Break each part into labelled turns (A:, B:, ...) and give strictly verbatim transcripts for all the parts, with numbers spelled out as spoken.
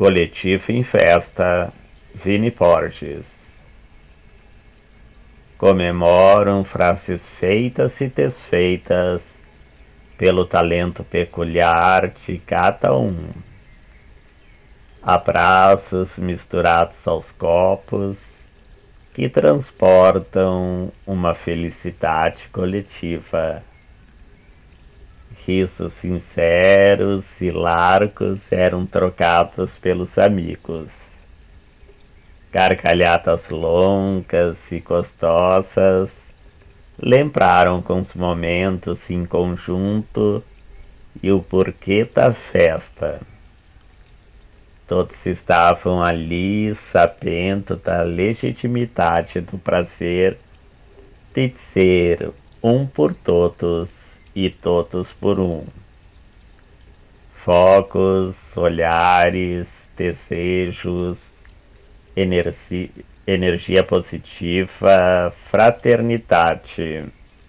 A: Coletivo em Festa, Vini Porges. Comemoram frases feitas e desfeitas pelo talento peculiar de cada um. Abraços misturados aos copos que transportam uma felicidade coletiva. Risos sinceros e largos eram trocados pelos amigos. Gargalhadas longas e gostosas lembraram com os momentos em conjunto e o porquê da festa. Todos estavam ali sabendo da legitimidade do prazer de ser um por todos e todos por um. Fogos, olhares, desejos, energia, energia positiva, fraternidade,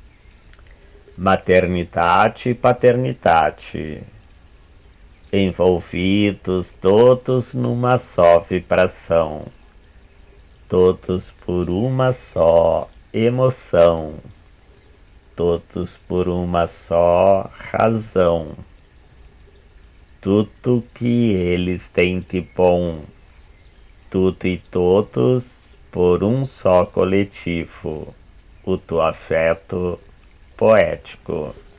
A: maternidade e paternidade, envolvidos todos numa só vibração, todos por uma só emoção, todos por uma só razão. Tudo que eles têm de bom, tudo e todos por um só coletivo, o do afeto poético.